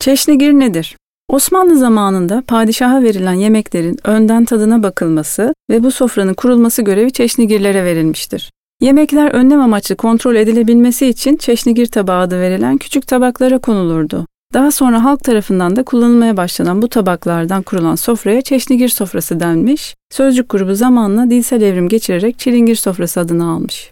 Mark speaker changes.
Speaker 1: Çeşnigir nedir? Osmanlı zamanında padişaha verilen yemeklerin önden tadına bakılması ve bu sofranın kurulması görevi çeşnigirlere verilmiştir. Yemekler önlem amaçlı kontrol edilebilmesi için çeşnigir tabağı adı verilen küçük tabaklara konulurdu. Daha sonra halk tarafından da kullanılmaya başlanan bu tabaklardan kurulan sofraya çeşnigir sofrası denmiş, sözcük grubu zamanla dilsel evrim geçirerek çilingir sofrası adını almış.